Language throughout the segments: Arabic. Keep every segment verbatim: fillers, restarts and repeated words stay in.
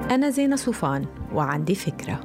أنا زينة صوفان وعندي فكرة.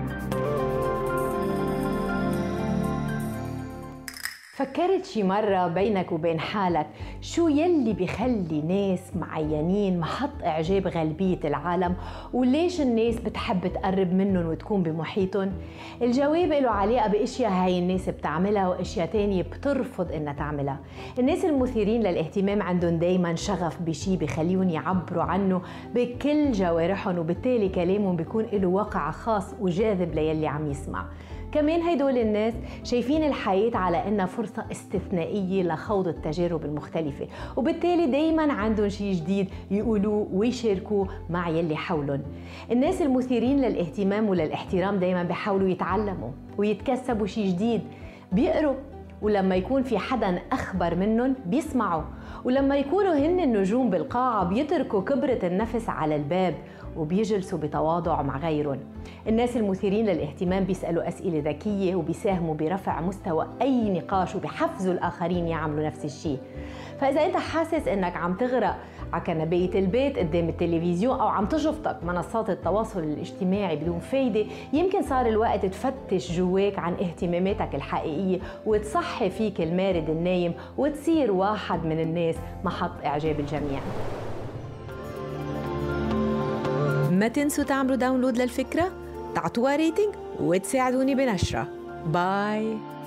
فكرت شي مرة بينك وبين حالك شو يلي بيخلي ناس معينين محط إعجاب غالبية العالم، وليش الناس بتحب تقرب منهم وتكون بمحيطهم؟ الجواب له علاقة بأشياء هاي الناس بتعملها وأشياء تانية بترفض إنها تعملها. الناس المثيرين للاهتمام عندهم دايما شغف بشي بخليهم يعبروا عنه بكل جوارحهم، وبالتالي كلامهم بيكون له وقع خاص وجاذب ليلي عم يسمع. كمان هيدول الناس شايفين الحياة على إنها فرصة استثنائية لخوض التجارب المختلفة، وبالتالي دايما عندهم شيء جديد يقولوه ويشاركوه مع يلي حولهم. الناس المثيرين للاهتمام وللاحترام دايما بيحاولوا يتعلموا ويتكسبوا شيء جديد، بيقروا، ولما يكون في حدا أخبر منهم بيسمعوا، ولما يكونوا هن النجوم بالقاعة بيتركوا كبرة النفس على الباب وبيجلسوا بتواضع مع غيرهم. الناس المثيرين للاهتمام بيسألوا أسئلة ذكية وبيساهموا برفع مستوى أي نقاش وبيحفزوا الآخرين يعملوا نفس الشيء. فإذا أنت حاسس أنك عم تغرق على كنباية البيت قدام التلفزيون أو عم تشفتك منصات التواصل الاجتماعي بدون فايدة، يمكن صار الوقت تفتش جواك عن اهتماماتك الحقيقية وتصحي فيك المارد النايم وتصير واحد من الناس محط إعجاب الجميع. ما تنسوا تعملوا داونلود للفكرة، تعطوها ريتنج وتساعدوني بنشرة. باي.